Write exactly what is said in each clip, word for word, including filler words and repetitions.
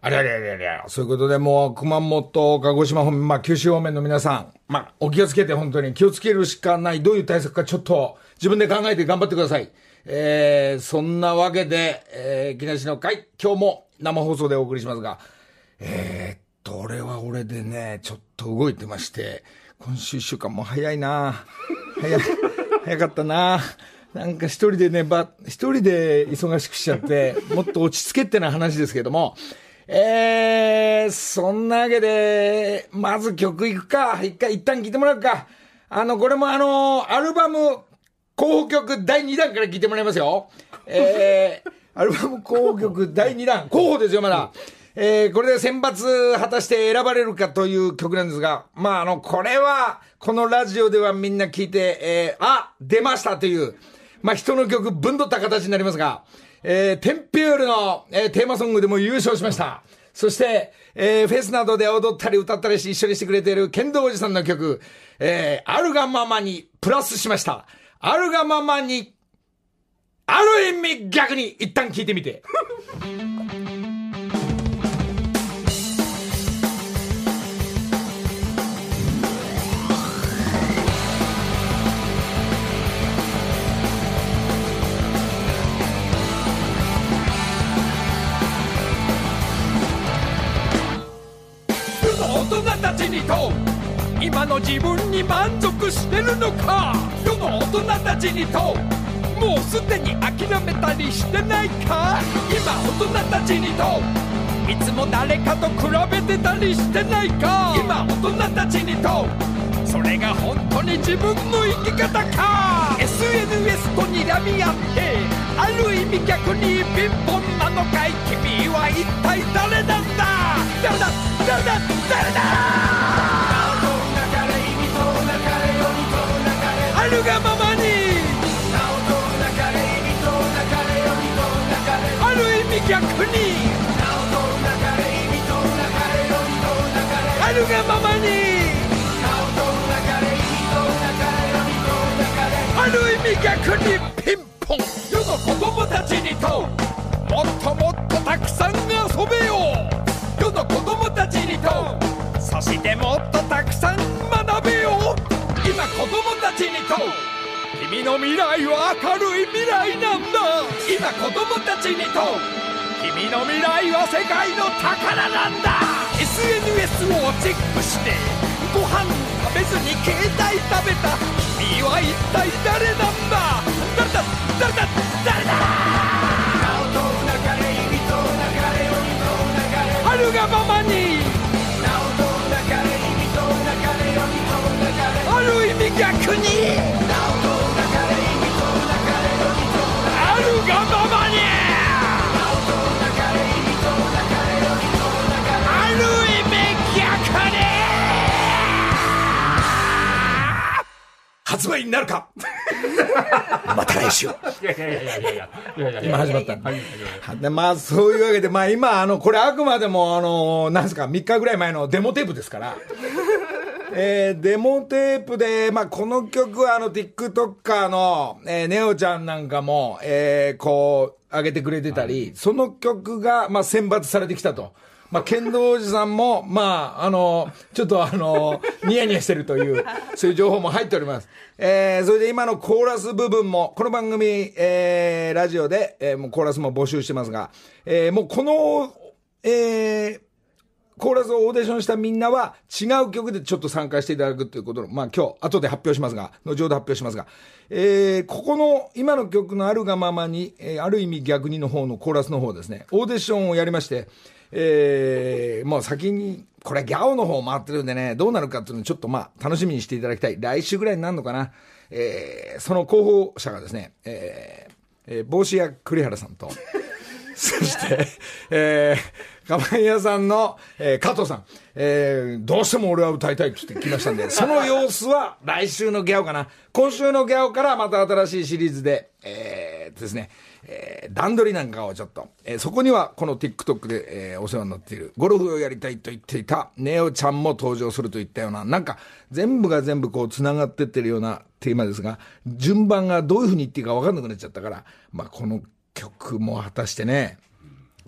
ありゃりゃりゃりゃ。そういうことで、もう、熊本、鹿児島方面、まあ、九州方面の皆さん、まあ、お気をつけて、本当に気をつけるしかない。どういう対策か、ちょっと、自分で考えて頑張ってください。えー、そんなわけで、えー、木梨の会、今日も生放送でお送りしますが、えーっと、俺は俺でね、ちょっと動いてまして、今週一週間も早いな早い、早かったななんか一人でね、ば、一人で忙しくしちゃって、もっと落ち着けってな話ですけども、えー、そんなわけで、まず曲いくか。一回、一旦聴いてもらうか。あの、これもあの、アルバム候補曲だいにだんから聴いてもらいますよ。えー、アルバム候補曲だいにだん。候補ですよ、まだ。えー、これで選抜果たして選ばれるかという曲なんですが、まあ、あの、これは、このラジオではみんな聴いて、えー、あ、出ましたという、まあ、人の曲ぶんどった形になりますが、えー、テンピュールの、えー、テーマソングでも優勝しました。そして、えー、フェスなどで踊ったり歌ったりし、一緒にしてくれている剣道おじさんの曲、えー、あるがままにプラスしました。あるがままに、ある意味逆に一旦聞いてみて。 大人たちに問う今の自分に満足してるのか世の大人たちに問うもうすでに諦めたりしてないか今大人たちに問ういつも誰かと比べてたりしてないか今大人たちに問うそれが本当に自分の生き方か エスエヌエス と睨み合ってある意味逆にピンポンなのかい君は一体誰なんだ誰だ誰だ誰だあるがままにある意味逆にあるがままにある意味逆にピンポン世の子供たちに問うもっともっとたくさん遊べよ世の子供たちに問うそしてもっとたくさん学べよ今子供たちに問う君の未来は明るい未来なんだ今子供たちに問う君の未来は世界の宝なんだ エスエヌエス をチェックしてご飯食べずに携帯食べた君は一体誰なんだ誰だ誰だ誰だあるがままにある意味逆にあるがままにある意味逆に発売になるかまた来週今始まったんで、まあそういうわけで、まあ今あのこれあくまでもあのなんですかみっかぐらい前のデモテープですからえー、デモテープで、まあ、この曲はあの TikToker の、えー、ネオちゃんなんかも、えー、こう上げてくれてたり、はい、その曲が、まあ、選抜されてきたと。まあ、剣道おじさんも、まあ、あの、ちょっとあの、ニヤニヤしてるという、そういう情報も入っております。えー、それで今のコーラス部分も、この番組、えー、ラジオで、えー、もうコーラスも募集してますが、えー、もうこの、えー、コーラスをオーディションしたみんなは違う曲でちょっと参加していただくということの、まあ今日後で発表しますが、後ほど発表しますが、えー、ここの今の曲のあるがままに、えー、ある意味逆にの方のコーラスの方ですね、オーディションをやりまして、えー、もう先に、これギャオの方回ってるんでね、どうなるかっていうのをちょっとまあ楽しみにしていただきたい。来週ぐらいになるのかな。えー、その候補者がですね、えーえー、帽子屋栗原さんと、そして、えー、かばん屋さんの、えー、加藤さん、えー、どうしても俺は歌いたいって言ってきましたんで、その様子は来週のギャオかな。今週のギャオからまた新しいシリーズで、えー、ですね、えー、段取りなんかをちょっと、えー、そこにはこの TikTok で、えー、お世話になっているゴルフをやりたいと言っていたネオちゃんも登場するといったような、なんか全部が全部こう繋がってってるようなテーマですが、順番がどういう風に言っていいか分かんなくなっちゃったから、まあこの曲も果たしてね、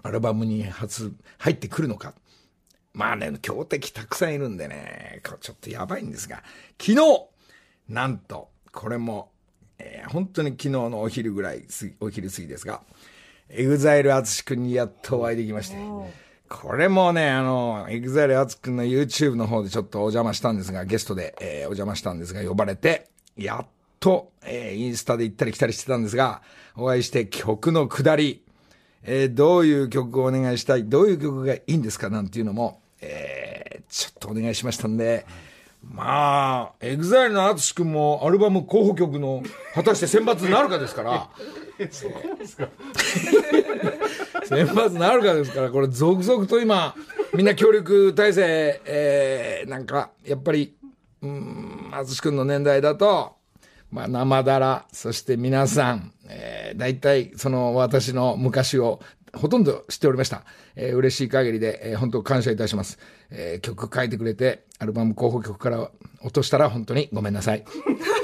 アルバムに初入ってくるのか。まあね、強敵たくさんいるんでね、ちょっとやばいんですが、昨日、なんと、これも、えー、本当に昨日のお昼ぐらい、お昼過ぎですが、エグザイル 淳くんにやっとお会いできまして、これもね、あの、エグザイル 淳くんの YouTube の方でちょっとお邪魔したんですが、ゲストで、えー、お邪魔したんですが、呼ばれて、やっと、えー、インスタで行ったり来たりしてたんですが、お会いして曲の下り、えー、どういう曲をお願いしたい、どういう曲がいいんですかなんていうのも、えー、ちょっとお願いしましたんで、まあ、エグザイルの淳くんもアルバム候補曲の果たして選抜になるかですから、 そこですか選抜になるかですから、これ続々と今、みんな協力体制、えー、なんか、やっぱり、うーん、淳くんの年代だと、まあ、生だら、そして皆さん、えー、大体、その私の昔をほとんど知っておりました。えー、嬉しい限りで、えー、本当感謝いたします。えー、曲書いてくれて、アルバム候補曲から落としたら本当にごめんなさい。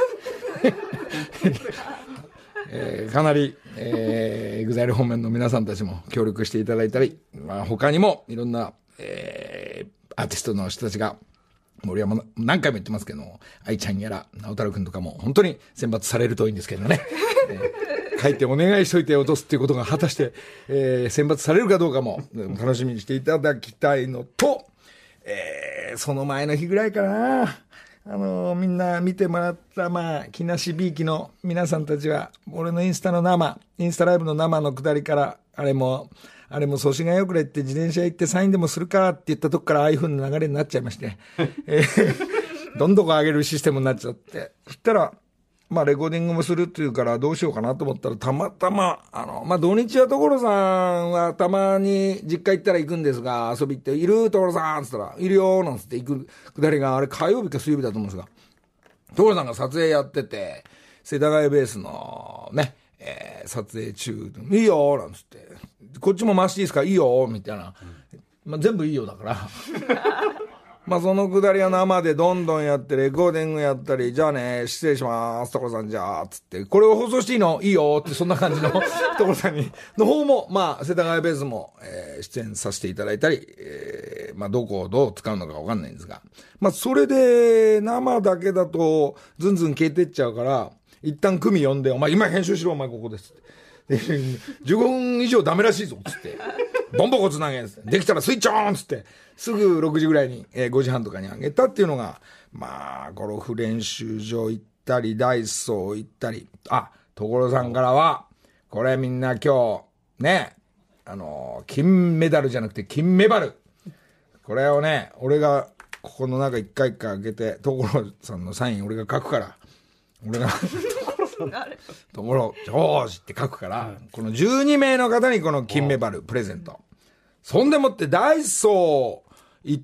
えー、かなり、えー、エグザイル方面の皆さんたちも協力していただいたり、まあ、他にもいろんな、えー、アーティストの人たちが、俺は何回も言ってますけど、愛ちゃんやら直太朗くんとかも本当に選抜されるといいんですけどね、えー、書いてお願いしといて落とすっていうことが果たして、えー、選抜されるかどうかも楽しみにしていただきたいのと、えー、その前の日ぐらいかな、あのー、みんな見てもらった、まあ、木梨ビーキの皆さんたちは、俺のインスタの生、インスタライブの生の下りから、あれも、あれも祖師ヶ谷遅れって自転車行ってサインでもするかって言ったとこからああいう風な流れになっちゃいまして、えー、どんどん上げるシステムになっちゃって、そしたら、まあレコーディングもするっていうからどうしようかなと思ったら、たまたま、あの、まあ土日は所さんはたまに実家行ったら行くんですが、遊び行って、いる所さんって言ったら、いるよなんつって行くくだりが、あれ火曜日か水曜日だと思うんですが、所さんが撮影やってて、世田谷ベースのね、えー、撮影中、いいよなんつって、こっちも回していいですかいいよみたいな、まあ、全部いいよだからまあそのくだりは生でどんどんやってレコーディングやったり、じゃあね失礼します所さんじゃあつって、これを放送していいのいいよって、そんな感じの所さんにの方も、まあ世田谷ベースも、えー、出演させていただいたり、えー、まあどこをどう使うのかわかんないんですが、まあそれで生だけだとずんずん消えてっちゃうから、一旦組呼んで、お前今編集しろお前ここですってじゅうごふん以上ダメらしいぞっつって、ボンボコつなげできたらスイッチオンっつって、すぐろくじぐらいに、えー、ごじはんとかにあげたっていうのが、まあゴルフ練習場行ったりダイソー行ったり、あ、所さんからはこれみんな今日ね、あのー、金メダルじゃなくて金メバル、これをね俺がここの中一回一回開けて所さんのサイン俺が書くから、俺がところジョージって書くから、はい、このじゅうにめいの方にこの金メバルプレゼント。そんでもってダイソー行って、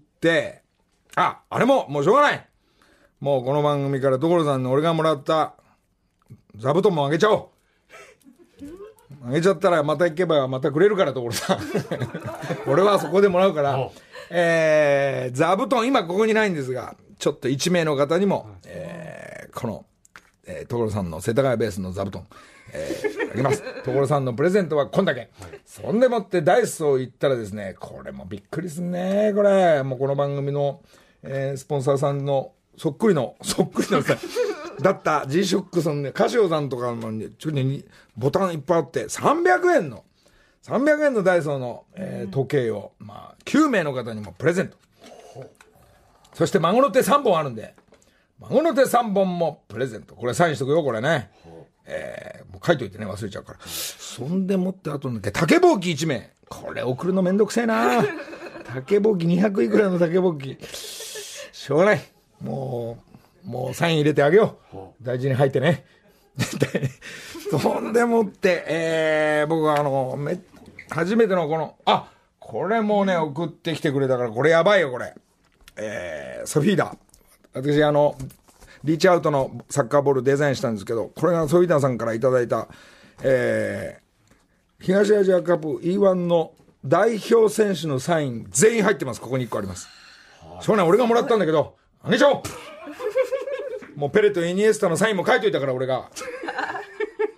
あ、あれももうしょうがない、もうこの番組から所さんの俺がもらった座布団もあげちゃおうあげちゃったらまた行けばまたくれるから所さん俺はそこでもらうから、えー、座布団今ここにないんですが、ちょっといちめいの方にも、えー、このえー、所さんの世田谷ベースの座布団、えー、あげます。所さんのプレゼントはこんだけ、はい、そんでもってダイソー行ったらですね、これもびっくりすんね、これもうこの番組の、えー、スポンサーさんのそっくりのそっくりのさだった G ショックさんね、カシオさんとかのにちょっとにボタンいっぱいあってさんびゃくえんのさんびゃくえんのダイソーの、えー、時計を、まあ、きゅうめいの方にもプレゼント、そして孫の手さんぼんあるんで孫の手さんぼんもプレゼント。これサインしとくよこれね、えー、もう書いといてね忘れちゃうから。そんでもってあとね竹ぼうきいちめい、これ送るのめんどくせえな竹ぼうきにひゃくいくらの竹ぼうき、しょうがない、もうもうサイン入れてあげよう、大事に入ってねそんでもって、えー、僕はあのめ初めてのこのあこれもね送ってきてくれたから、これやばいよこれ、えー、ソフィーダ、私あのリーチアウトのサッカーボールデザインしたんですけど、これがソフィーダさんからいただいた、えー、東アジアカップ イーワン の代表選手のサイン全員入ってます。ここにいっこあります。そうね、俺がもらったんだけどあげちゃおうもうペレとイニエスタのサインも書いといたから俺がこ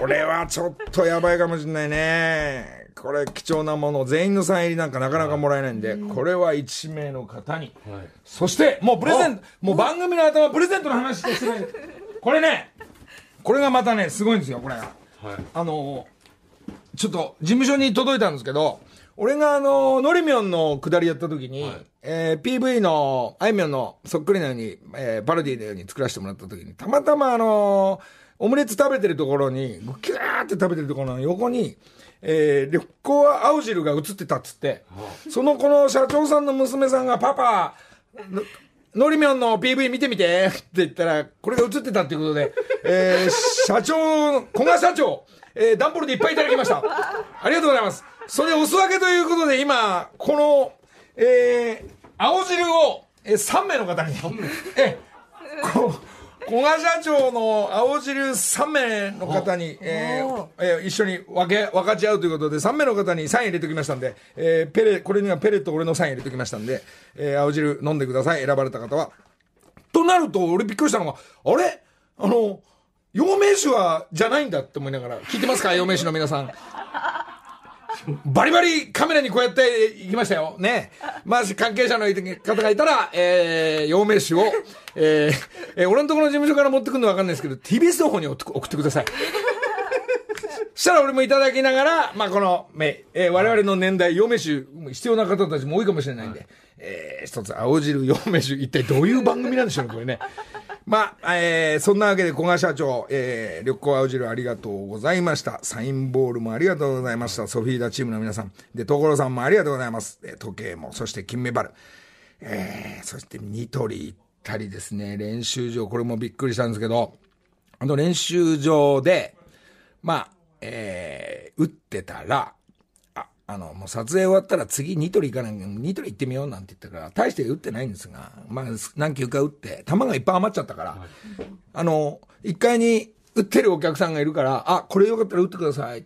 これはちょっとやばいかもしれないね。これ貴重なもの、全員のサイン入りなんかなかなかもらえないんで、これはいち名の方に、はい、そしてもうプレゼント、もう番組の頭プレゼントの話してない。これね、これがまたねすごいんですよ。これ、はい、あのちょっと事務所に届いたんですけど、俺があののりみょんの下りやった時に、はい、えー、ピーブイ のあいみょんのそっくりなように、えー、パロディのように作らせてもらった時に、たまたまあのオムレツ食べてるところにキューって食べてるところの横に、えー、緑光青汁が映ってたっつって、そのこの社長さんの娘さんが、パパの, のりみょんの ピーブイ 見てみてって言ったら、これが映ってたっていうことで、えー、社長古賀社長、えー、ダンボールでいっぱいいただきました。ありがとうございます。それお裾分けということで、今この、えー、青汁を、えー、さん名の方にえー、こ古賀社長の青汁さん名の方に、えーえー、一緒に分け分かち合うということで、さん名の方にサイン入れておきましたんで、えー、ペレこれにはペレと俺のサイン入れておきましたんで、えー、青汁飲んでください、選ばれた方は。となると俺びっくりしたのが、あれあの陽明酒はじゃないんだって思いながら、聞いてますか陽明酒の皆さん。バリバリカメラにこうやって行きましたよね。まあ関係者の方がいたら、えー、陽明酒を、えーえー、俺のところの事務所から持ってくるのは分かんないですけど、 ティービーエス の方に送ってください。そしたら俺もいただきながら、まあこの、えー、我々の年代陽明酒必要な方たちも多いかもしれないんで、えー、一つ青汁陽明酒、一体どういう番組なんでしょうねこれね。まあ、えー、そんなわけで古賀社長、えー、緑光青汁ありがとうございました。サインボールもありがとうございました。ソフィーダチームの皆さんで、所さんもありがとうございます。時計も、そして金メバル、えー、そしてニトリ行ったりですね、練習場、これもびっくりしたんですけど、あの練習場でまあ、えー、打ってたら、あのもう撮影終わったら次ニトリ行かない、ニトリ行ってみようなんて言ったから、大して打ってないんですが、まあ何球か打って球がいっぱい余っちゃったから、はい、あのいっかいに打ってるお客さんがいるから、あ、これよかったら打ってくださいって、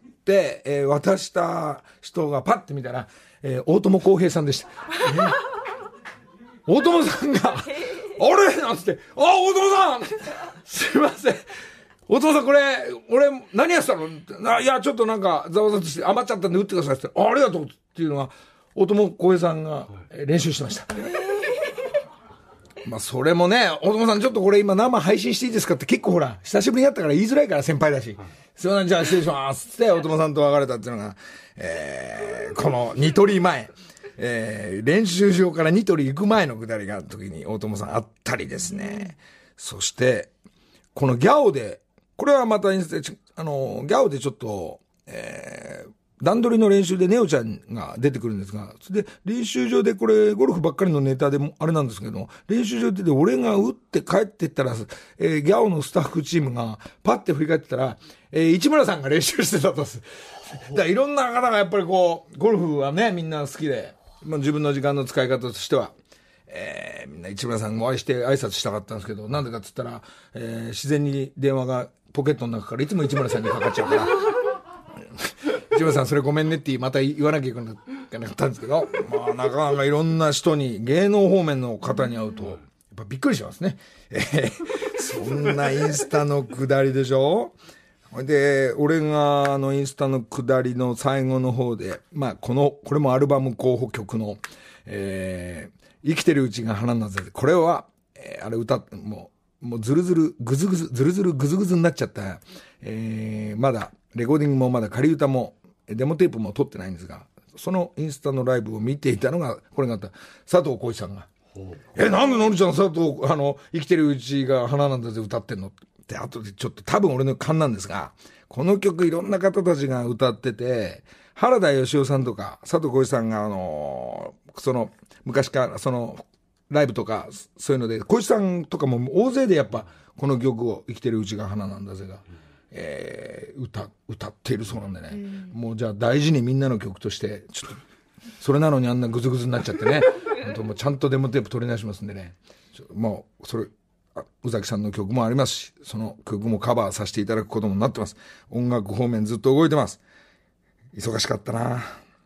えー、渡した人がパッて見たら、えー、大友康平さんでした。えー、大友さんがあれなんつって、あ、大友さんすいません、お父さんこれ俺何やってたの、いやちょっとなんかざわざわとして余っちゃったんで打ってくださいって、あ、ありがとうっていうのが大友康平さんが練習してました。まあそれもね、大友さんちょっとこれ今生配信していいですかって結構ほら久しぶりにやったから言いづらいから、先輩だし、すいませんじゃあ失礼しますって大友さんと別れたっていうのが、えー、このニトリ前、えー、練習場からニトリ行く前のくだりがあった時に大友さんあったりですね、そしてこのギャオで、これはまたインスタ、あの、ギャオでちょっと、えー、段取りの練習でネオちゃんが出てくるんですが、それで練習場でこれゴルフばっかりのネタでもあれなんですけど、練習場で俺が打って帰ってったら、えー、ギャオのスタッフチームがパッて振り返ってたら、えー、市村さんが練習してたとです。だからいろんな方がやっぱりこう、ゴルフはね、みんな好きで、まあ、自分の時間の使い方としては、えー、みんな市村さんもお会いして挨拶したかったんですけど、なんでかっつったら、えー、自然に電話がポケットの中からいつも市村さんにかかっちゃうから市村さんそれごめんねってまた言わなきゃいけなかったんですけど、まあなかなかいろんな人に、芸能方面の方に会うとやっぱびっくりしますね。えー、そんなインスタの下りでしょ。で俺があのインスタの下りの最後の方で、まあこのこれもアルバム候補曲の、えー生きてるうちが花なぜ、これは、えー、あれ歌ってもうもうずるずるぐずぐずずるずるぐずぐずになっちゃった、えー、まだレコーディングもまだ仮歌もデモテープも撮ってないんですが、そのインスタのライブを見ていたのがこれがあった佐藤浩市さんが、えなんでのりちゃん佐藤あの生きてるうちが花なんだぜ歌ってんのって後でちょっと多分俺の勘なんですが、この曲いろんな方たちが歌ってて、原田芳雄さんとか佐藤浩市さんがあのー、その昔からそのライブとかそういうので小石さんとかも大勢でやっぱこの曲を生きてるうちが花なんだぜが、えー、歌歌っているそうなんでね、うん、もうじゃあ大事にみんなの曲としてちょっとそれなのにあんなグズグズになっちゃってね本当もうちゃんとデモテープ取り直しますんでね、もうそれ宇崎さんの曲もありますし、その曲もカバーさせていただくこともなってます。音楽方面ずっと動いてます。忙しかったなは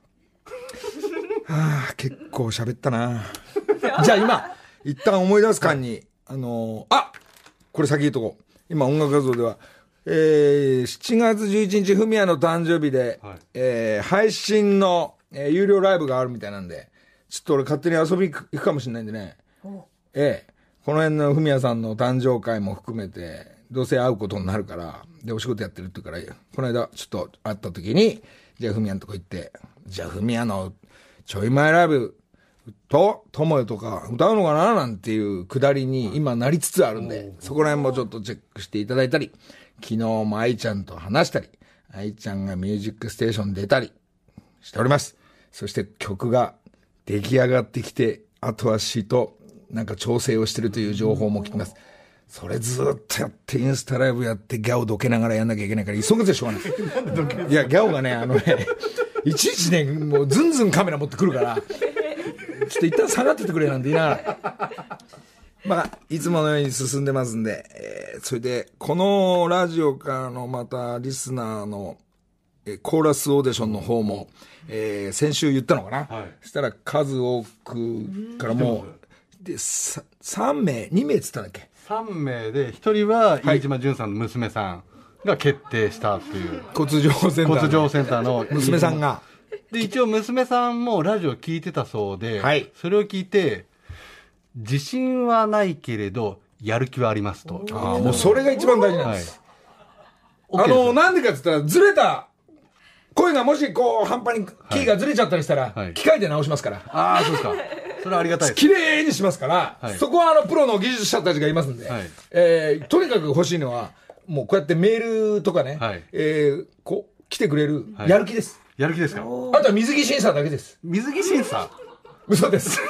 あ、結構喋ったな。じゃあ今一旦思い出す間に、あのー、あこれ先言うとこ、今音楽画像ではえー、しちがつじゅういちにち、フミヤの誕生日で、はい、えー、配信の、えー、有料ライブがあるみたいなんで、ちょっと俺勝手に遊び行くかもしれないんでね。ええー、この辺のフミヤさんの誕生会も含めて、どうせ会うことになるから、で、お仕事やってるって言うから、この間ちょっと会った時に、じゃあフミヤのとこ行って、じゃあフミヤのちょい前ライブと、友よとか歌うのかななんていうくだりに今なりつつあるんで、そこら辺もちょっとチェックしていただいたり、昨日も愛ちゃんと話したり、愛ちゃんがミュージックステーション出たりしております。そして曲が出来上がってきて、あとは詩となんか調整をしてるという情報も聞きます。それずっとやってインスタライブやってギャオどけながらやんなきゃいけないから急ぐぜしょうがない。いやギャオがねあのねいちいちねもうズンズンカメラ持ってくるからちょっと一旦下がっててくれなんて言いながらまあいつものように進んでますんで、えー、それでこのラジオからのまたリスナーのえー、コーラスオーディションの方も、えー、先週言ったのかな、はい、そしたら数多くからもうでさんめいにめいっつったんだっけさんめいでひとりは飯島淳さんの娘さんが決定したっていう、 骨上センターの骨上センターの娘さんがで一応娘さんもラジオ聞いてたそうで、はい、それを聞いて自信はないけれどやる気はありますと。 あもうそれが一番大事なんです、はい、あのなんでかって言ったらずれた声がもしこう半端にキーがずれちゃったりしたら、はい、機械で直しますから。 ああそうですか。それはありがたいです。 綺麗にしますから、はい、そこはあのプロの技術者たちがいますんで、はい、えー、とにかく欲しいのはもうこうやってメールとかね、はい、えー、こう来てくれるやる気です、 はい、やる気ですか。あとは水着審査だけです。 水着審査嘘です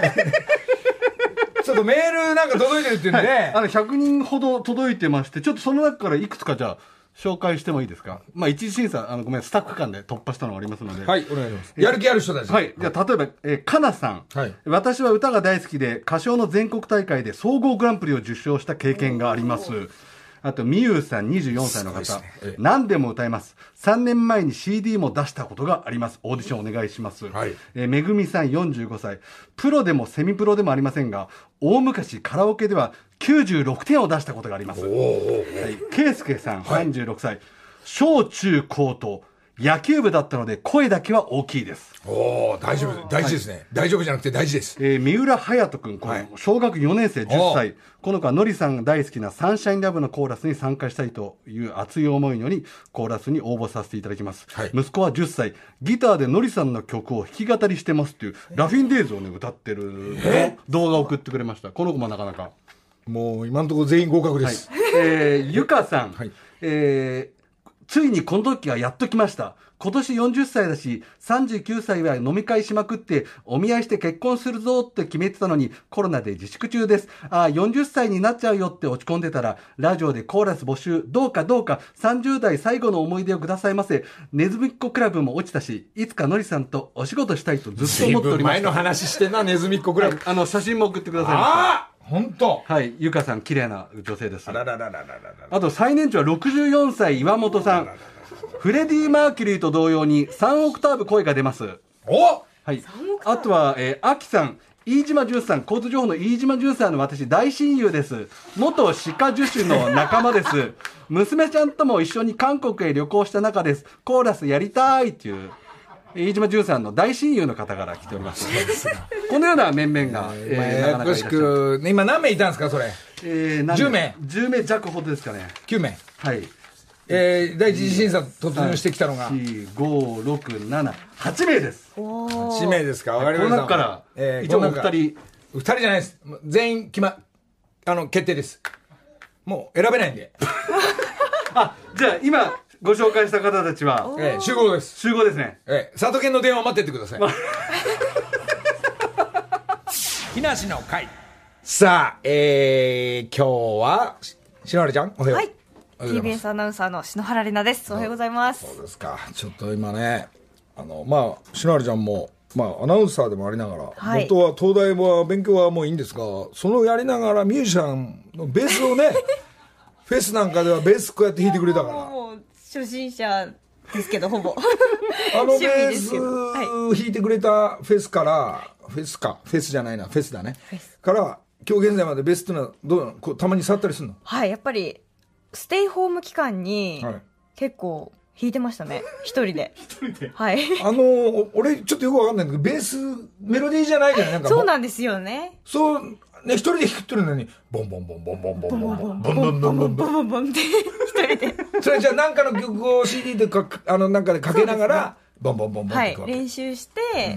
ちょっとメールなんか届いてるっていうんで、はい、 あのひゃくにんほど届いてまして、ちょっとその中からいくつかじゃあ紹介してもいいですか。まあ一次審査あのごめんスタッフ間で突破したのがありますので、 はいお願いします。やる気ある人たち。 はい。じゃあ例えば、えー、かなさん、はい、私は歌が大好きで歌唱の全国大会で総合グランプリを受賞した経験があります。あとみゆうさんにじゅうよんさいの方、ねええ、何でも歌えます。さんねんまえに シーディー も出したことがあります。オーディションお願いします、はい、えー、めぐみさんよんじゅうごさい、プロでもセミプロでもありませんが大昔カラオケではきゅうじゅうろくてんを出したことがあります。けいすけさんさんじゅうろくさい、はい、小中高と野球部だったので声だけは大きいです。 おー大丈夫大事ですね、はい、大丈夫じゃなくて大事です。 えー、三浦隼人君、はい、小学よねんせいじゅっさい、この子はのりさん大好きなサンシャインラブのコーラスに参加したいという熱い思いのにコーラスに応募させていただきます、はい、息子はじゅっさい、ギターでのりさんの曲を弾き語りしてますっていうラフィンデイズをね歌ってる動画を送ってくれました。この子もなかなかもう今のところ全員合格です、 はい、えー、ゆかさん、はい、えーついにこの時がやっと来ました。今年よんじゅっさいだし、さんじゅうきゅうさいは飲み会しまくって、お見合いして結婚するぞって決めてたのに、コロナで自粛中です。ああ、よんじゅっさいになっちゃうよって落ち込んでたら、ラジオでコーラス募集、どうかどうか、さんじゅうだい最後の思い出をくださいませ。ネズミっ子クラブも落ちたし、いつかのりさんとお仕事したいとずっと思っておりました。 前の話してな、ネズミっ子クラブ。 あの、写真も送ってくださいました。 ああ本当。 はい、ゆかさん、綺麗な女性です。 あららららららら。 あと、最年長はろくじゅうよんさい、岩本さん。フレディ・マーキュリーと同様にさんオクターブ声が出ます。 おはい。あとは、えー、アキさん、飯島淳さん、交通情報の飯島淳さんの私大親友です。元歯科助手の仲間です。娘ちゃんとも一緒に韓国へ旅行した仲です。コーラスやりたいっていう。飯島淳さんの大親友の方から来ております。このような面々が、 えーえー、ややこしく、今何名いたんですか、それ。 えー、じゅうめい。じゅうめい弱ほどですかね。 きゅうめい。 はい。 えー、第一次審査突入してきたのが。 よん、ご、ろく、なな、はちめいです。 はちめいですか、わかりました。 この中から、えー、一応お二人。 二人じゃないです。全員決ま、あの、決定です。もう選べないんで。 あ、じゃあ今、ご紹介した方たちは、 えー、集合です。 集合ですね。 えー、佐渡県の電話待ってってください。木梨の会。さあ、えー、今日は、篠原ちゃん、おはよう。 はい。ティービーエス アナウンサーの篠原玲奈です。おはようございます。 そうですか。ちょっと今ね、あの、まあ、篠原ちゃんも、まあ、アナウンサーでもありながら、はい、本当は東大は勉強はもういいんですが、そのやりながらミュージシャンのベースをね、フェスなんかではベースこうやって弾いてくれたから。 もう、初心者ですけど、ほぼ。 あのベース弾いてくれたフェスから、フェスか、フェスじゃないな、フェスだね。から、今日現在までベースっていうのはどうなの？こうたまに触ったりするの？ はい、やっぱり、 ステイホーム期間に、はい、結構弾いてましたね。一人で。 一人で。 はい。 あのー、俺ちょっとよくわかんないんだけど、ベース、メロディーじゃないじゃないなんか。 そうなんですよね。 そう、ね、一人で弾くってるのに、ボンボンボンボンボンボンボンボンボンボンボンボンボンボンボンって、一人で。 それじゃあなんかの曲を シーディー でか、あの、なんかでかけながら、ボンボンボンボンっていくわけ。 はい。練習して、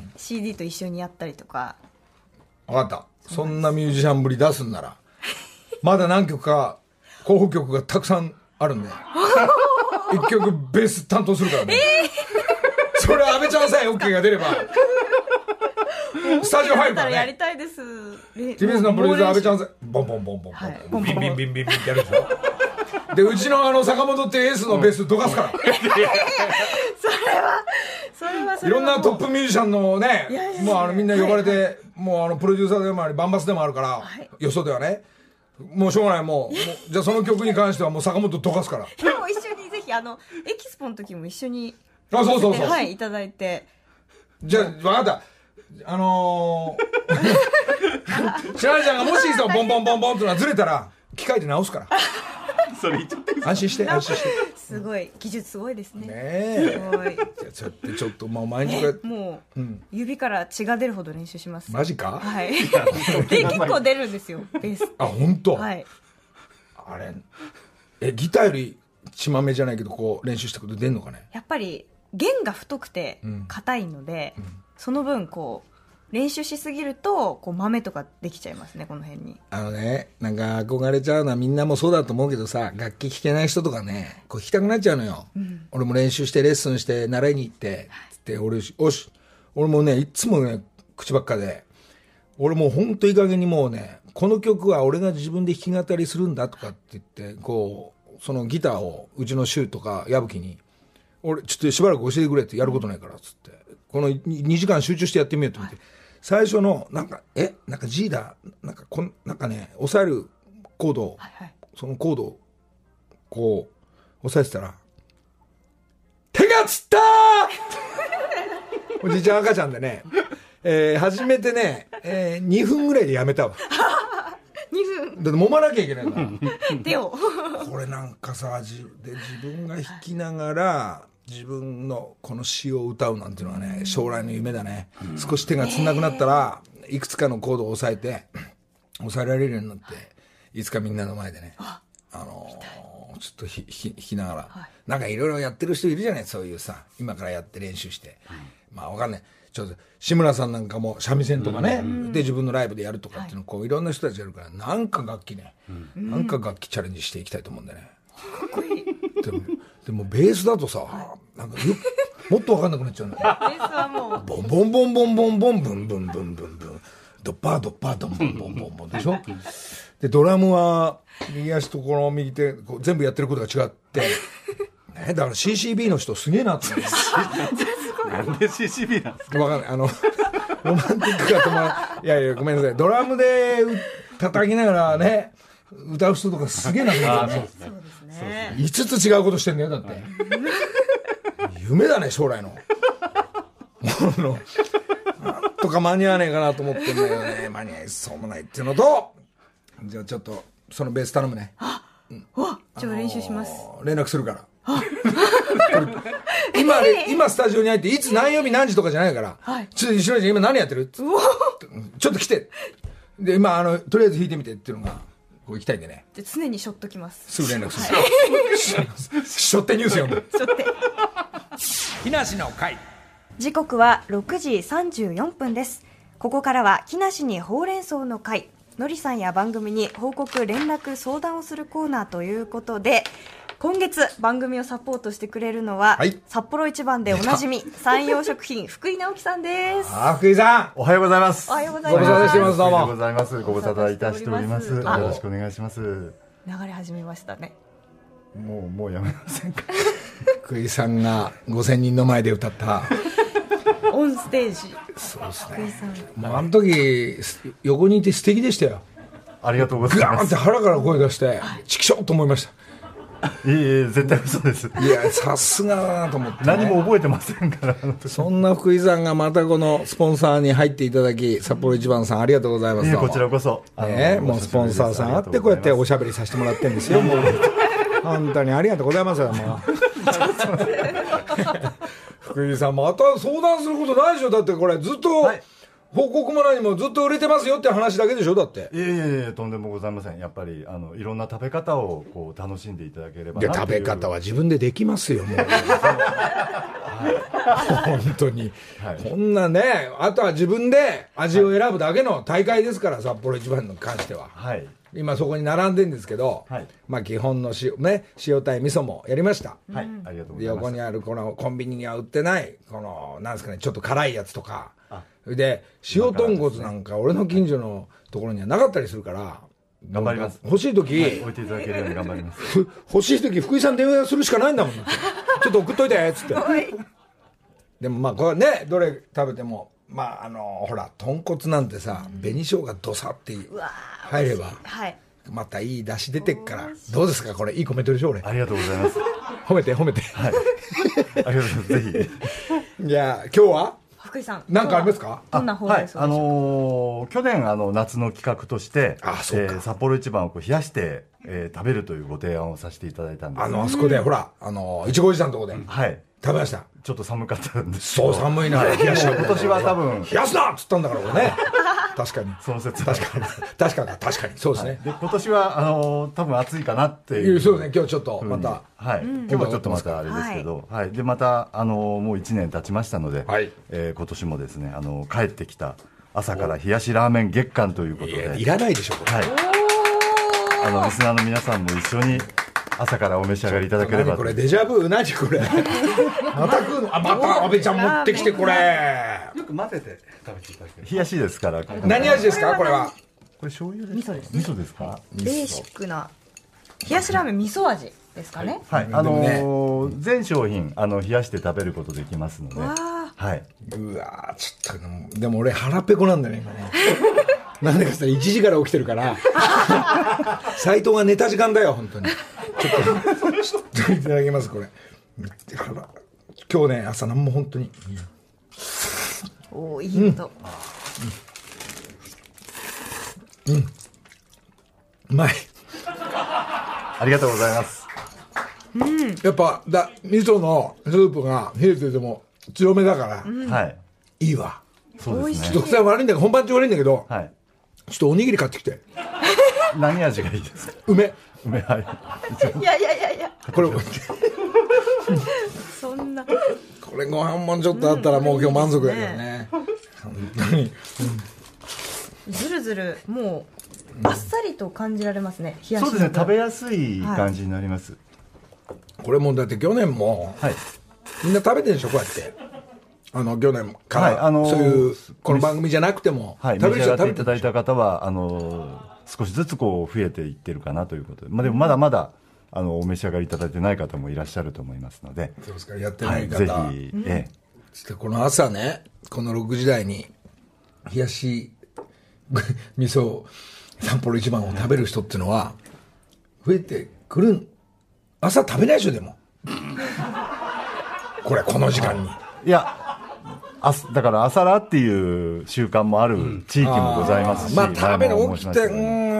シーディー と一緒にやったりとか。 わかった。そんなミュージシャンぶり出すんなら、まだ何曲か、候補曲がたくさんあるんで。一曲ベース担当するからね。えー、それ安倍ちゃんさえ OK が出ればスタジオ入るからね。 やりたいです。 ティービーエス のプロデューサー安倍ちゃんさえボンボンボンボンボンビンビンビンビンビンってやるでしょ。でうちのあの坂本ってエースのベースどかすから。 それはそれはそれはいろんなトップミュージシャンのね、もうあのみんな呼ばれて、もうあのプロデューサーでもありバンバスでもあるから、よそではね。もうしょうがない、もう、もうじゃあその曲に関してはもう坂本溶かすから。 でも一緒にぜひあのエキスポの時も一緒にあ、そうそうそう、 はい、いただいて。 じゃあ分かった、あのー、しなりちゃんがもしそうボンボンボンボンってのはずれたら機械で直すから。 それ言っちゃって安心して安心して。 すごい技術すごいですね。 ねえ。 すごい。 じゃあちょっとちょっともう毎日これもう、うん、指から血が出るほど練習します。 マジか。 はい。で結構出るんですよベース。 あ、本当。 はい。 あれえギターより血まめじゃないけどこう練習したこと出んのかね。 やっぱり弦が太くて硬いので、うんうん、その分こう練習しすぎるとこう豆とかできちゃいますね、この辺に。あのね、なんか憧れちゃうのはみんなもそうだと思うけどさ、楽器弾けない人とかねこう弾きたくなっちゃうのよ、うん、俺も練習してレッスンして習いに行ってつって俺よし俺もねいつもね口ばっかで俺もうほんといい加減にもうねこの曲は俺が自分で弾き語りするんだとかって言ってこうそのギターをうちの柊とか矢吹に俺ちょっとしばらく教えてくれってやることないからっつってこのにじかん集中してやってみようと思って、はい、最初のなんかえなんか G だなんかこんなんかね押さえるコードを、はいはい、そのコードをこう押さえてたら手がつったーおじいちゃん赤ちゃんでね、えー、初めてね、えー、にふんぐらいでやめたわにふんだって揉まなきゃいけないから手をこれなんかさじで自分が弾きながら自分のこの詩を歌うなんていうのはね将来の夢だね、うん、少し手がつんなくなったら、えー、いくつかのコードを押さえて押さえられるようになっていつかみんなの前でねあ、あのー、ちょっと弾き、弾きながら、はい、なんかいろいろやってる人いるじゃない、そういうさ今からやって練習して、はい、まあわかんないちょっと志村さんなんかも三味線とかね、うん、で自分のライブでやるとかっていうのこういろんな人たちやるからなんか楽器ね、うん、なんか楽器チャレンジしていきたいと思うんだよね、 かっこいいでもでもベースだとさ、はい、なんかよもっと分かんなくなっちゃうんだよベースはもうボンボンボンボンボンボンブンブンブンブンブンドッパードッパードンボンボンボンボンでしょでドラムは右足とこの右手こう全部やってることが違って、ね、だから シーシービー の人すげえなってなんで シーシービー なんですか分かんないあのロマンティックが止まらいやいやごめんなさいドラムで叩きながらね歌う人とかすげえなと思ってねそうですねいつつ違うことしてんだよだって夢だね将来のものなんとか間に合わねえかなと思ってんだよね間に合いそうもないっていうのとじゃあちょっとそのベース頼むねあ、うん、わじゃあ練習します、 あのー、連絡するから今今スタジオに入っていつ何曜日何時とかじゃないから、はい、ちょっと石野ちゃん今何やってるちょっと来てで今あのとりあえず弾いてみてっていうのがこう行きたいんでねじゃ常にしょっときますすぐ連絡する、はい、しょってニュース読んでしょって木梨の会時刻はろくじさんじゅうよんぷんです。ここからは木梨にほうれん草の会のりさんや番組に報告連絡相談をするコーナーということで今月番組をサポートしてくれるのは、はい、札幌一番でおなじみ山陽食品福井直樹さんです。 あ福井さんおはようございます。 おはようございます。 ご無沙汰してます。どうもおはようございます。ご無沙汰いたしております。よろしくお願いします。 流れ始めましたね。 もうもうやめませんか福井さんがごせんにんの前で歌ったオンステージそうですね福井さんもうあの時横にいて素敵でしたよ。 ありがとうございます。 ガーンって腹から声出してチキショーと思いました。 いえいえ絶対嘘です。 いやさすがだなと思って、ね、 何も覚えてませんからそんな福井さんがまたこのスポンサーに入っていただき札幌一番さんありがとうございます。 いやこちらこそ、 ね、もうスポンサーさんあってこうやっておしゃべりさせてもらってるんですよもう本当にありがとうございますよ、もう。福井さん、また相談することないでしょ。だってこれずっと、はい、報告も何もずっと売れてますよって話だけでしょ。だって。 いやいやいや、とんでもございません。やっぱりあのいろんな食べ方をこう楽しんでいただければな。いや、 食べ方は自分でできますよ、もう。本当に、はい、こんなね、あとは自分で味を選ぶだけの大会ですから、はい、札幌一番に関しては。はい。今そこに並んでるんですけど、はい、まあ基本の塩ね、塩鯛味噌もやりました。 はい。ありがとうございます。 横にあるこのコンビニには売ってないこのなんですかね、ちょっと辛いやつとか。で塩豚骨なんか俺の近所のところにはなかったりするから、 頑張ります。 欲しい時、 はい、置いていただけるように頑張ります。 欲しい時福井さん電話するしかないんだもん。ちょっと送っといてっつって。でもまあこれね、どれ食べてもまああのほら豚骨なんてさ、紅生姜ドサって入れば、はい、またいい出汁出てっから。どうですかこれ、いいコメントでしょ俺。 ありがとうございます。 褒めて褒めて。はい。 ありがとうございます。ぜひ。じゃあ今日は福井さん、 何かありますか？ どんな方ですか？ はい、あのー、去年あの夏の企画として、ああ、えー、札幌一番をこう冷やして、えー、食べるというご提案をさせていただいたんです。 あのあそこで、うん、ほらあのいちごおじさんのとこで、はい、食べました。 ちょっと寒かったんですそう、寒いな。冷やし今年は多分冷やすなっつったんだから俺ね。確かにその説確かに確かに確かにそうですね。 で今年はあの多分暑いかなっていう。 そうですね。今日ちょっとまた、 はい、今日はちょっとまたあれですけど、はい、でまたあのもういちねん経ちましたので、はい、えー、今年もですね、あの帰ってきた朝から冷やしラーメン月間ということで、いや、いらないでしょこれ。はい、 あのリスナーの皆さんも一緒に朝からお召し上がりいただければ。 何これ、デジャブ？何これ。また食うの？あ、また阿部ちゃん持ってきて、これよく混ぜて食べていただける。 冷やしですから。 何味ですかこれは？ これ醤油です。 味噌です。 味噌ですか？ ベーシックな冷やしラーメン味噌味ですかね。 はい、あのー、全商品あの冷やして食べることできますので。はい。 うわー、ちょっとでも俺腹ペコなんだね今ね。なんでかっていちじから起きてるから斉藤が寝た時間だよ本当に。ちょっとちょっといただきますこれ。今日ね朝なんも本当に、 うん、おー、いい音。 うん、うん、うまい。 ありがとうございます。 うん、やっぱだ味噌のスープが冷えてても強めだから、うん、はい、いいわ。 そうですね。 ちょっと癖悪いんだけど本番中悪いんだけど、はい、ちょっとおにぎり買ってきて。 何味がいいですか？ 梅。 梅、はい。 いやいやいやいや。 これそんな。 これご飯もちょっとあったらもう今日満足だけどね。うん、本当に。 ずるずるもうあっさりと感じられますね。冷やし。 そうですね。食べやすい感じになります。 はい、これもだって去年も、はい、みんな食べてるでしょこうやって。あの去年から、はい、あのー、そういうこの番組じゃなくても、 はい、食べる人食べていただいた方はあのー、少しずつこう増えていってるかなということで、まあ、でもまだまだあのお召し上がりいただいてない方もいらっしゃると思いますので。 そうですか。やってない方、 はい、ぜひ、うん、ええ、 そしてこの朝ねこのろくじ台に冷やし味噌札幌一番を食べる人っていうのは増えてくる。朝食べないでしょでもこれこの時間に。 いやあだから朝ラっていう習慣もある地域もございますし、 うん、あまあ食べに起きて、うん、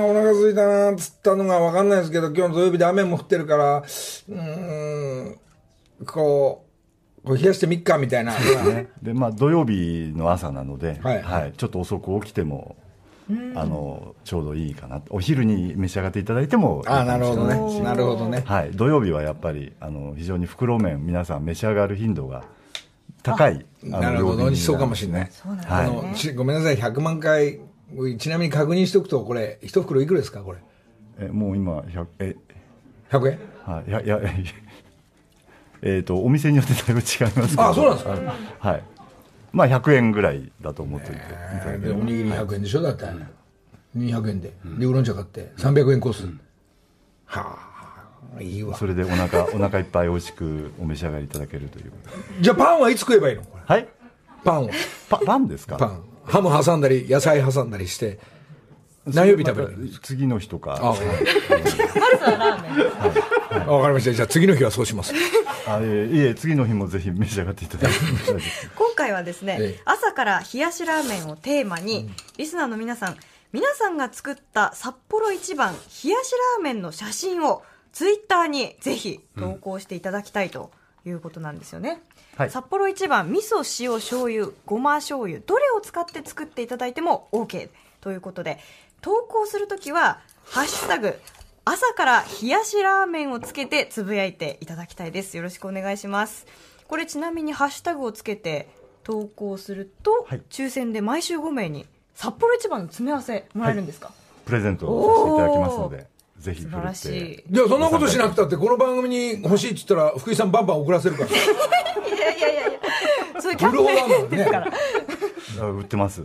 お腹空いたなっつったのが分かんないですけど、今日の土曜日で雨も降ってるからうーんこうこう冷やしてみっかみたいな。 ね、でまあ土曜日の朝なので、はいはい、ちょっと遅く起きてもあのちょうどいいかな。お昼に召し上がっていただいてもいいかもしれないし。あ、なるほどね。 なるほどね。 はい、土曜日はやっぱりあの非常に袋麺皆さん召し上がる頻度が高い。 なるほど、そうかもしれない。あのごめんなさい、ひゃくまんかいちなみに確認しておくとこれ一袋いくらですかこれ？ えもう今ひゃくえひゃくえん？ はい、いやいやえっとお店によってだいぶ違いますけど。 あ、そうなんですか。 はい。まあひゃくえんぐらいだと思っておいて。 えー、でおにぎりひゃくえんでしょだって。にひゃくえんで、でウーロン茶買ってさんびゃくえんコース。うん、はあ、いいわ。 それでお腹お腹いっぱい美味しくお召し上がりいただけるという。 じゃあパンはいつ食えばいいの？これ。 はい。 パンを。 パパンですか？ パン。ハム挟んだり野菜挟んだりして。何曜日食べる？ 次の日とか。 あ、まずはラーメン。 はい。わかりました。じゃあ次の日はそうします。 あ、いえいえ、次の日もぜひ召し上がっていただいて。 今回はですね、ええ、朝から冷やしラーメンをテーマに、うん、リスナーの皆さん、皆さんが作った札幌一番冷やしラーメンの写真をツイッターにぜひ投稿していただきたいということなんですよね、うんはい、札幌一番味噌塩醤油ごま醤油どれを使って作っていただいても OK ということで、投稿するときはハッシュタグ朝から冷やしラーメンをつけてつぶやいていただきたいです。よろしくお願いします。これちなみにハッシュタグをつけて投稿すると、はい、抽選で毎週ご名に札幌一番の詰め合わせもらえるんですか？はい、 プレゼントをさせていただきますので、ぜひ素晴らしい。 いや、そんなことしなくたってこの番組に欲しいって言ったら福井さんバンバン送らせるから。いやいやいやいや、そういうキャンペーンですから。 売ってます。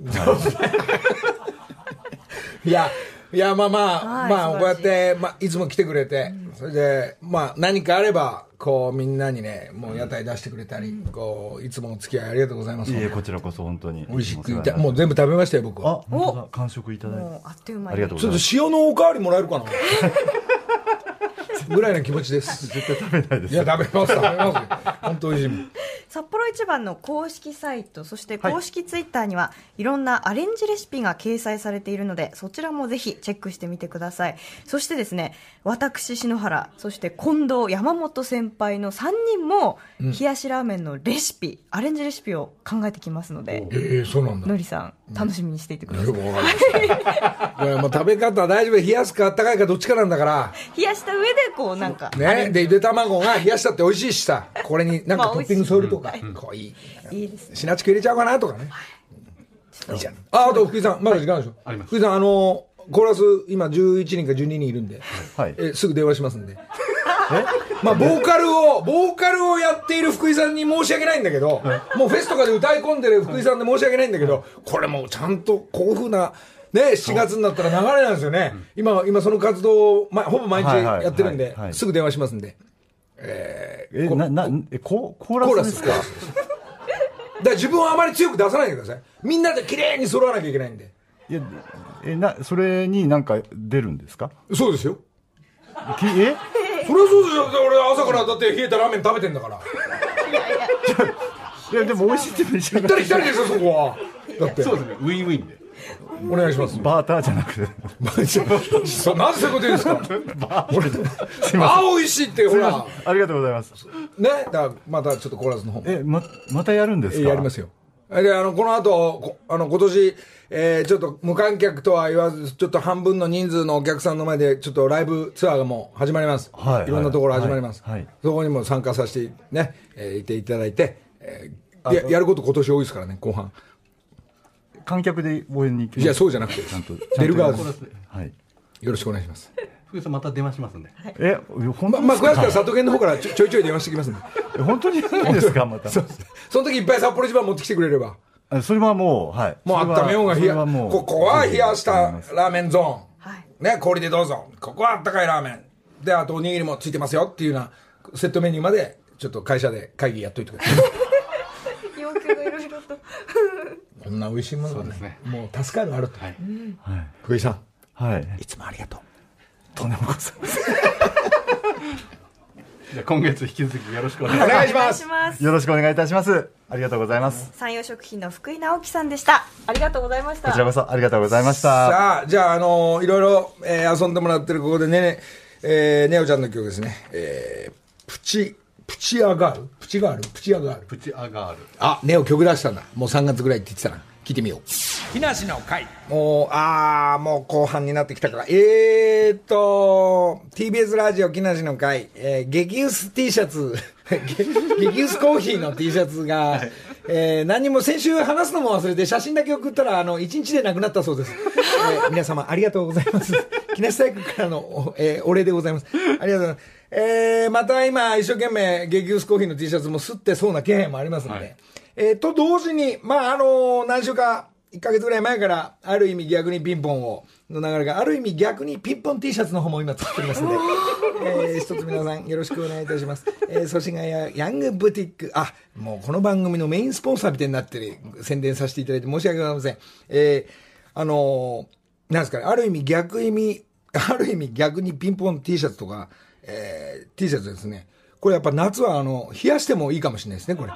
いやいや、まあまあ、はい、まあこうやって、まあ、いつも来てくれて、うん、それでまあ何かあればこうみんなにね、もう屋台出してくれたり、うん、こういつもお付き合いありがとうございます。 いえ、こちらこそ本当に美味しくいた、もう全部食べましたよ僕は。 あ、本当だ、完食いただいて、 あっという間に。 ありがとうございます。 ちょっと塩のおかわりもらえるかな。ぐらいの気持ちです。 絶対食べないです。 いや、食べます食べます本当美味しいもん。 札幌一番の公式サイト、そして公式ツイッターには、はい、いろんなアレンジレシピが掲載されているので、そちらもぜひチェックしてみてください。そしてですね、私篠原、そして近藤、山本先輩のさんにんも、うん、冷やしラーメンのレシピ、アレンジレシピを考えてきますので、 えー、そうなんだ。 のりさん楽しみにしていてください。 よくわかりましたいや、もう食べ方大丈夫。冷やすかあったかいかどっちかなんだから。 冷やした上でこうなんかね、でゆで卵が冷やしたって美味しいしさ、これになんかトッピング添えるとか、まあ、こういい、 いいですね。 シナチク入れちゃおうかなとかね。いいじゃん。あ、あと福井さんまだ時間あるでしょ。 あります。 福井さん、あのコーラス今じゅういちにんかじゅうににんいるんで、はい、えすぐ電話しますんで。えまあボーカルをボーカルをやっている福井さんに申し訳ないんだけど、もうフェスとかで歌い込んでる福井さんで申し訳ないんだけど、これもうちゃんとこういうふうなね、しちがつになったら流れなんですよね。今今その活動を、ま、ほぼ毎日やってるんで、すぐ電話しますんで。 えー、えななえコーラスですか？ だから自分はあまり強く出さないでください。みんなで綺麗に揃わなきゃいけないんで。 いや、えなそれになんか出るんですか？ そうですよ。 きえそれはそうですよ。俺朝からだって冷えたラーメン食べてんだから。 いやでも美味しいってめちゃくちゃ行ったり来たりですよそこは。だってそうですね、ウィンウィンでお願いします。 バーターじゃなくてそう、なぜそういうこと言うんですか？バーあー美味しいってほら。 ありがとうございます。 ね、だからまたちょっとコーラスの方え ま, またやるんですか？ やりますよ。で、あのこの後あの今年、えー、ちょっと無観客とは言わずちょっと半分の人数のお客さんの前でちょっとライブツアーがもう始まります。はい、いろんなところ始まります。はいはい、そこにも参加させてね、えー、いていただいて、えー、や, やること今年多いですからね後半。 観客で応援に行きます。 いやそうじゃなくてちゃんと出る側です。 はい。 よろしくお願いします。 福井さんまた電話しますんで。 はい、え本当ままあ詳しくは里犬の方からちょちょいちょい電話してきますんで。 え本当にいいんですかまた。 そうその時いっぱい札幌一番持ってきてくれれば。 それはもうはい。 もうあっためようが冷やここは冷やしたラーメンゾーン。はい。ね氷でどうぞ。ここはあったかいラーメン。であとおにぎりもついてますよっていうようなセットメニューまでちょっと会社で会議やっといてください。 要求がいろいろと。 こんな美味しいものが ね, ねもう助かるあると、はいうん、福井さん、 はい、 いつもありがとう。 とんでもございません。 じゃあ今月引き続きよろしくお願いします。 よろしくお願いいたします。ありがとうございます。 山陽食品の福井直樹さんでした。ありがとうございました。 こちらこそありがとうございました。 さあじゃあ、あのー、いろいろ、えー、遊んでもらってるここでね、えー、ネオちゃんの曲ですね、えー、プチプチアガールプチガールプチアガールプチアガール。 あ、ネオ曲出したんだ。もうさんがつぐらいって言ってたな。聞いてみよう。木梨の会。もうあーもう後半になってきたから。えーっと ティービーエス ラジオ木梨の会、えー、激薄 T シャツ激薄コーヒーの T シャツが、はい、えー、何も先週話すのも忘れて写真だけ送ったらあのいちにちでなくなったそうです。えー、皆様ありがとうございます。木梨大学からの、えー、お礼でございます。ありがとうございます。えー、また今一生懸命激薄コーヒーの T シャツも吸ってそうな気配もありますので、はい、えー、と同時にまああのー、何週かいっかげつぐらい前からある意味逆にピンポンをの流れがある意味逆にピンポン T シャツの方も今作っておりますので、えー、一つ皆さんよろしくお願いいたします。えー、祖師ヶ谷ヤングブティック、あもうこの番組のメインスポンサーみたいになってる宣伝させていただいて申し訳ございません。えー、あのー、なんですかね、ある意味逆意味ある意味逆にピンポン T シャツとか、えー、T シャツですね。これやっぱ夏はあの冷やしてもいいかもしれないですね。これ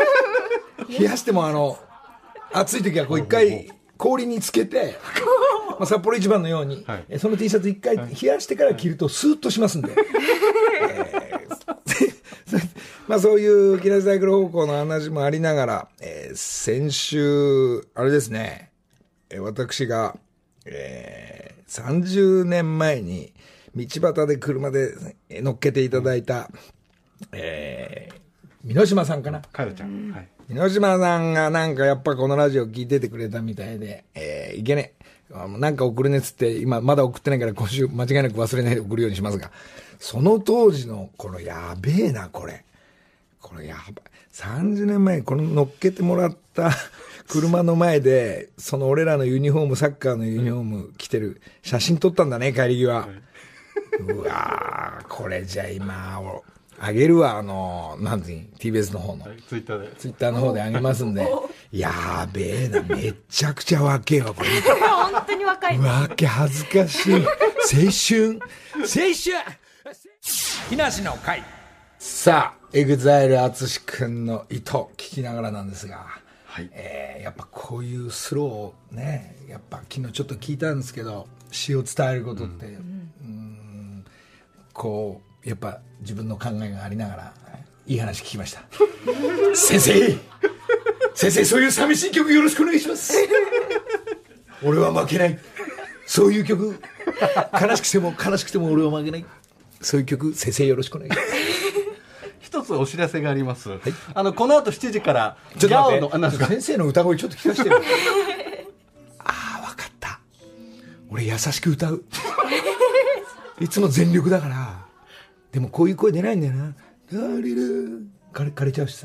冷やしてもあの暑い時はこう一回氷につけてまあ、札幌一番のように、はい、その T シャツ一回冷やしてから着るとスーッとしますんで、えー、まあそういう木梨サイクル方向の話もありながら、えー、先週あれですね、私が、えー、さんじゅうねんまえに道端で車で乗っけていただいた、えー、箕島さんかな、 かよちゃん、はい、 箕島さんがなんかやっぱこのラジオ聞いててくれたみたいで、えー、いけねなんか送るねっつって今まだ送ってないから今週間違いなく忘れないで送るようにしますが、その当時のこのやべえなこれこれやばいさんじゅうねんまえにこの乗っけてもらった車の前でその俺らのユニフォームサッカーのユニフォーム着てる写真撮ったんだね、帰り際。うわーこれじゃあ今あげるわ、あのなんていう ティービーエス の方の、 はい、ツイッターでツイッターの方であげますんでやべえな、めちゃくちゃ若えわこれ本当に若い、 わけ恥ずかしい青春青春木梨の会。 さあエグザイル淳くんの糸聞きながらなんですが、はい、えー、やっぱこういうスローね、やっぱ昨日ちょっと聞いたんですけど、詩を伝えることって、うん、うーんこうやっぱ自分の考えがありながらいい話聞きました先生先生、そういう寂しい曲よろしくお願いします俺は負けない、そういう曲悲しくても悲しくても俺は負けない、そういう曲先生よろしくお願いします一つお知らせがあります、はい、あのこの後しちじからちょっと待って、先生の歌声ちょっと聞かせてよああ分かった、俺優しく歌ういつも全力だから、でもこういう声出ないんだよな、ダリル枯れ、枯れちゃうしさ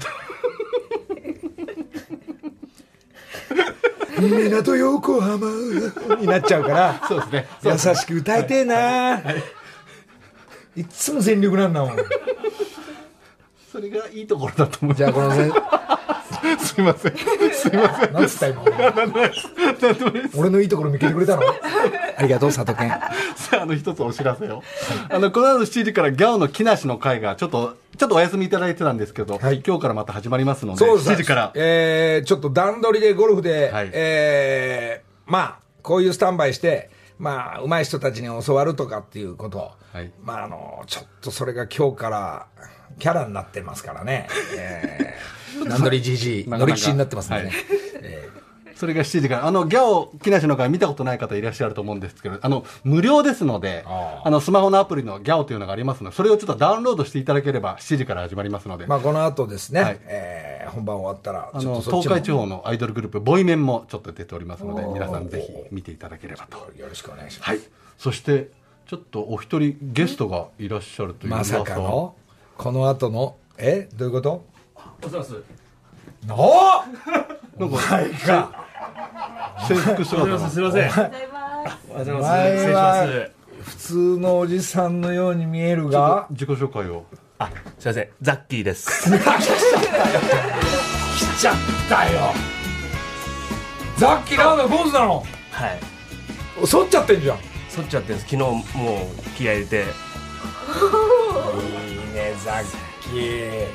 港横浜になっちゃうからそうですね、 優しく歌いてえな、はいはい、いつも全力なんだもんそれがいいところだと思う。 じゃあこのねすいませんすいません、 なんつった今俺のいいところ見つけてくれたのありがとう佐藤健。 さあ、あの一つお知らせをあのこの後しちじからギャオの木梨の会がちょっとちょっとお休みいただいてたんですけど、はい、今日からまた始まりますので、 そうしちじから、 えー、ちょっと段取りでゴルフで、はい、えー、まあこういうスタンバイしてまあ上手い人たちに教わるとかっていうこと、はい、まああのちょっとそれが今日からキャラになってますからね、えー、段取りじじい乗り気になってますんでね、はい、えー、それがしちじから、あのギャオ木梨の会見たことない方いらっしゃると思うんですけど、あの無料ですので、ああのスマホのアプリのギャオというのがありますので、それをちょっとダウンロードしていただければしちじから始まりますので、 まあ、この後ですね、はい、えー、本番終わったらあの東海地方のアイドルグループボイメンもちょっと出ておりますので、皆さんぜひ見ていただければと。 よろしくお願いします、 はい、そしてちょっとお一人ゲストがいらっしゃるというまさかのこの後のえどういうこと？ おざます。 なあお前か制服姿すいません。おはようございます。失礼します。 普通のおじさんのように見えるが自己紹介を。 あ、すいません、ザッキーです。 来ちゃったよ。ザッキーなんだ坊主なの？ はい。 剃っちゃってんじゃん。 剃っちゃってんです。昨日もう気合い入れて。いいねザッキー。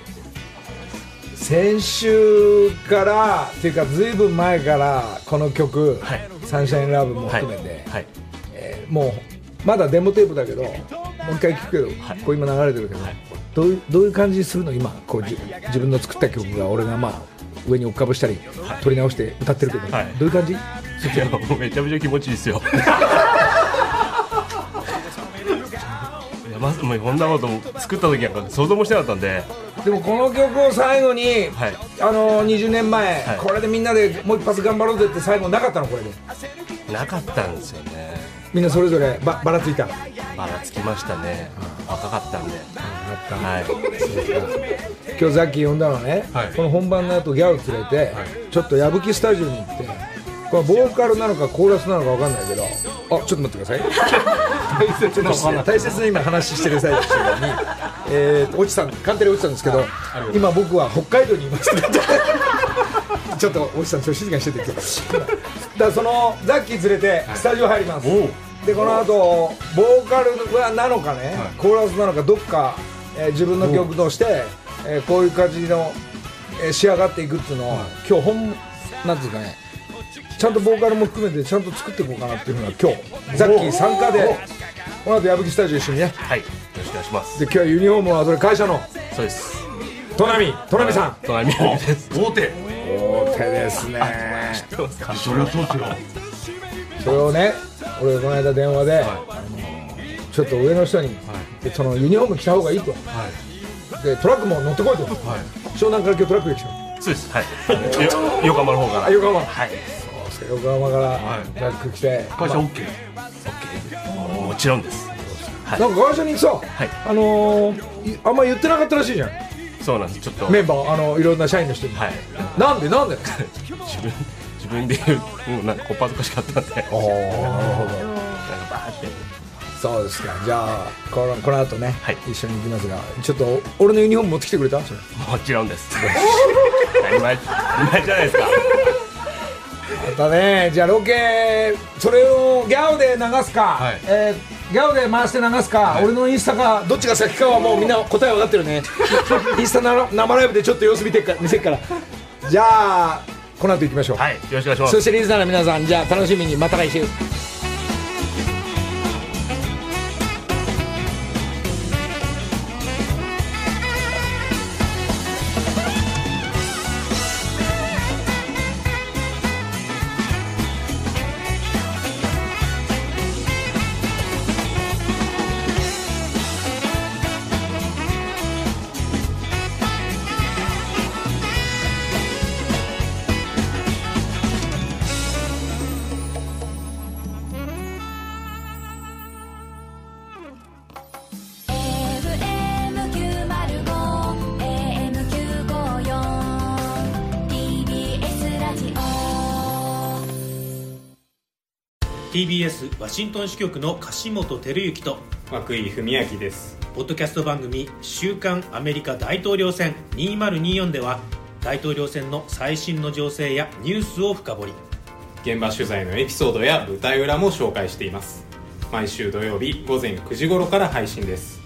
先週からっていうかずいぶん前からこの曲、はい、サンシャインラブも含めて、はいはい、えー、もうまだデモテープだけどもう一回聴くけど、はい、こう今流れてるけど、はい、どういうどういう感じするの今こうじ自分の作った曲が俺がまあ上に追っかぶしたり、はい、撮り直して歌ってるけど、はい、どういう感じ？いやもうめちゃめちゃ気持ちいいですよ。いやまずもうこんなこと作った時なんか想像もしてなかったんで。 でもこの曲を最後に、はい、あのにじゅうねんまえ、はい、これでみんなでもう一発頑張ろうぜって最後なかったのこれで？ なかったんですよね。 みんなそれぞれ ば, ばらついた。 ばらつきましたね。若かったんで。 若かった。はい。今日ザッキー呼んだのはね、はい、この本番の後ギャオ連れて、はい、ちょっと矢吹スタジオに行って、これボーカルなのかコーラスなのか分かんないけど、あ、ちょっと待ってください。大切な大切な今話してる最中に、えー、落ちた官邸で落ちたんですけど、今僕は北海道にいます。ちょっと落ちたんですよ、静かにしてて。だからそのザッキー連れてスタジオ入ります。でこの後ボーカルなのかね、コーラスなのかどっか、えー、自分の曲として、えー、こういう感じの、えー、仕上がっていくっていうのを、今日本なんていうかね。 ちゃんとボーカルも含めてちゃんと作っていこうかなっていうのが今日ザッキー参加でこの後矢吹スタジオ一緒にね。 はい、よろしくお願いします。 で今日はユニフォームはそれ会社のそうです。 トナミトナミさん、 トナミです。 大手大手ですね。 知ってますか？ それはそうですよ。 それをね、俺この間電話で、はい、あのちょっと上の人に、はい、でそのユニフォーム着た方がいいと、はい、でトラックも乗ってこいと、はい、湘南から今日トラックで来た。そうです、はい、 横浜の方から。 横浜、 はい、 そう横浜からトラック来て、 会社 OK？ OK、もちろんです。 はい、なんか会社にさ、はい、あのー、あんま言ってなかったらしいじゃん。 そうなんです。ちょっとメンバー、あのいろんな社員の人に、はい、なんでなんで自分自分で言う、うん、なんかこっぱずかしかったんで。ああ、なるほど。なんかバーって。 そうですか。じゃあこのこの後ね、はい、一緒に行きますが、ちょっと俺のユニフォーム持ってきてくれた？それもちろんです。当たり前、当たり前じゃないですか。 またね、じゃあロケそれをギャオで流すか、はい、えー、ギャオで回して流すか、はい、俺のインスタかどっちが先かはもうみんな答え分かってるね。インスタな生ライブでちょっと様子見てっか見せっから。じゃあこの後行きましょう。 はい、よろしくお願いします。 そしてリスナーの皆さん、じゃあ楽しみにまた来週。 ティービーエス ワシントン支局の樫本照之と涌井文明です。 ポッドキャスト番組週刊アメリカ大統領選にせんにじゅうよんでは大統領選の最新の情勢やニュースを深掘り、 現場取材のエピソードや舞台裏も紹介しています。毎週土曜日午前くじ頃から配信です。